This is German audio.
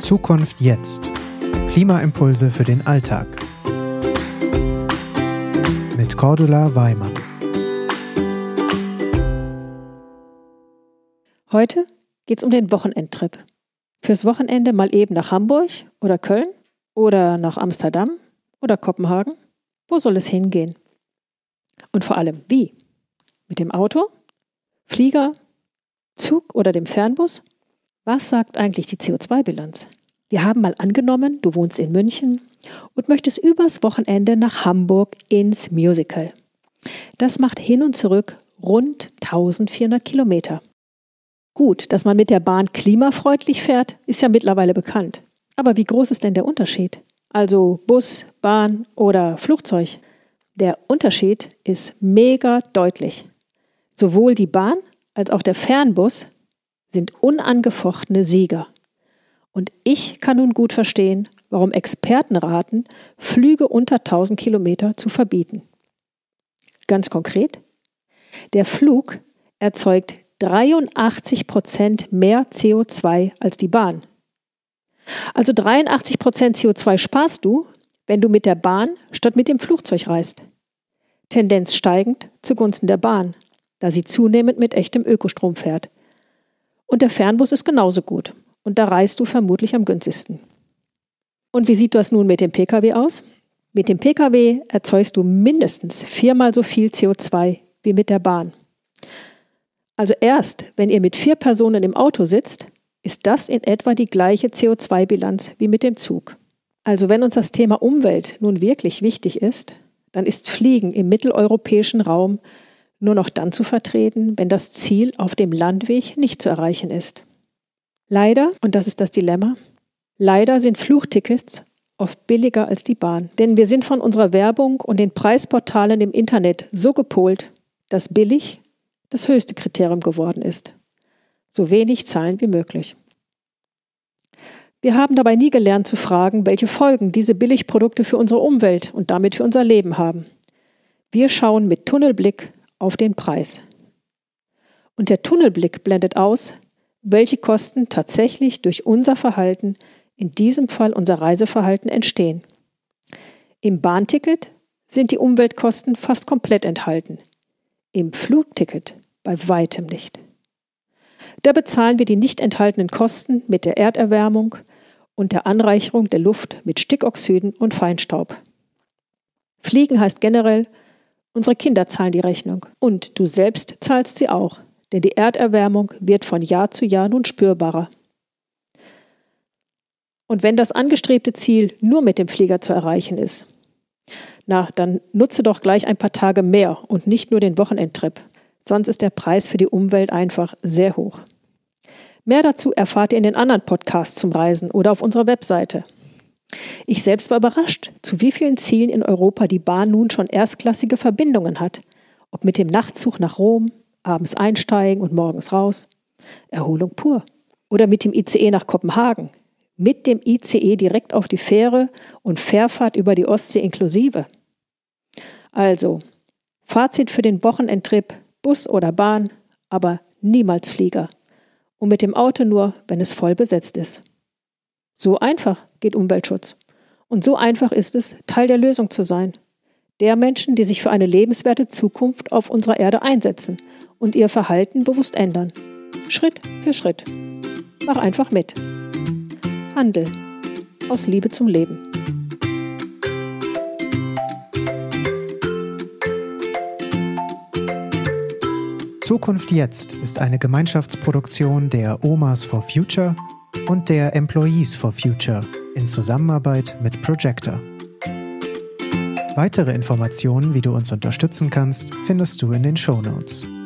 Zukunft jetzt. Klimaimpulse für den Alltag. Mit Cordula Weimann. Heute geht's um den Wochenendtrip. Fürs Wochenende mal eben nach Hamburg oder Köln oder nach Amsterdam oder Kopenhagen. Wo soll es hingehen? Und vor allem wie? Mit dem Auto? Flieger? Zug oder dem Fernbus? Was sagt eigentlich die CO2-Bilanz? Wir haben mal angenommen, du wohnst in München und möchtest übers Wochenende nach Hamburg ins Musical. Das macht hin und zurück rund 1400 Kilometer. Gut, dass man mit der Bahn klimafreundlich fährt, ist ja mittlerweile bekannt. Aber wie groß ist denn der Unterschied? Also Bus, Bahn oder Flugzeug? Der Unterschied ist mega deutlich. Sowohl die Bahn als auch der Fernbus sind unangefochtene Sieger. Und ich kann nun gut verstehen, warum Experten raten, Flüge unter 1000 Kilometer zu verbieten. Ganz konkret, der Flug erzeugt 83% mehr CO2 als die Bahn. Also 83% CO2 sparst du, wenn du mit der Bahn statt mit dem Flugzeug reist. Tendenz steigend zugunsten der Bahn, da sie zunehmend mit echtem Ökostrom fährt. Und der Fernbus ist genauso gut. Und da reist du vermutlich am günstigsten. Und wie sieht das nun mit dem Pkw aus? Mit dem Pkw erzeugst du mindestens 4-mal so viel CO2 wie mit der Bahn. Also erst, wenn ihr mit 4 Personen im Auto sitzt, ist das in etwa die gleiche CO2-Bilanz wie mit dem Zug. Also wenn uns das Thema Umwelt nun wirklich wichtig ist, dann ist Fliegen im mitteleuropäischen Raum nur noch dann zu vertreten, wenn das Ziel auf dem Landweg nicht zu erreichen ist. Leider, und das ist das Dilemma, leider sind Flugtickets oft billiger als die Bahn. Denn wir sind von unserer Werbung und den Preisportalen im Internet so gepolt, dass billig das höchste Kriterium geworden ist. So wenig zahlen wie möglich. Wir haben dabei nie gelernt zu fragen, welche Folgen diese Billigprodukte für unsere Umwelt und damit für unser Leben haben. Wir schauen mit Tunnelblick auf den Preis. Und der Tunnelblick blendet aus, welche Kosten tatsächlich durch unser Verhalten, in diesem Fall unser Reiseverhalten, entstehen. Im Bahnticket sind die Umweltkosten fast komplett enthalten. Im Flugticket bei weitem nicht. Da bezahlen wir die nicht enthaltenen Kosten mit der Erderwärmung und der Anreicherung der Luft mit Stickoxiden und Feinstaub. Fliegen heißt generell, unsere Kinder zahlen die Rechnung. Und du selbst zahlst sie auch, denn die Erderwärmung wird von Jahr zu Jahr nun spürbarer. Und wenn das angestrebte Ziel nur mit dem Flieger zu erreichen ist, dann nutze doch gleich ein paar Tage mehr und nicht nur den Wochenendtrip. Sonst ist der Preis für die Umwelt einfach sehr hoch. Mehr dazu erfahrt ihr in den anderen Podcasts zum Reisen oder auf unserer Webseite. Ich selbst war überrascht, zu wie vielen Zielen in Europa die Bahn nun schon erstklassige Verbindungen hat. Ob mit dem Nachtzug nach Rom, abends einsteigen und morgens raus. Erholung pur. Oder mit dem ICE nach Kopenhagen. Mit dem ICE direkt auf die Fähre und Fährfahrt über die Ostsee inklusive. Also, Fazit für den Wochenendtrip, Bus oder Bahn, aber niemals Flieger. Und mit dem Auto nur, wenn es voll besetzt ist. So einfach geht Umweltschutz. Und so einfach ist es, Teil der Lösung zu sein. Der Menschen, die sich für eine lebenswerte Zukunft auf unserer Erde einsetzen und ihr Verhalten bewusst ändern. Schritt für Schritt. Mach einfach mit. Handel. Aus Liebe zum Leben. Zukunft jetzt ist eine Gemeinschaftsproduktion der Omas for Future und der Employees for Future in Zusammenarbeit mit Projector. Weitere Informationen, wie du uns unterstützen kannst, findest du in den Shownotes.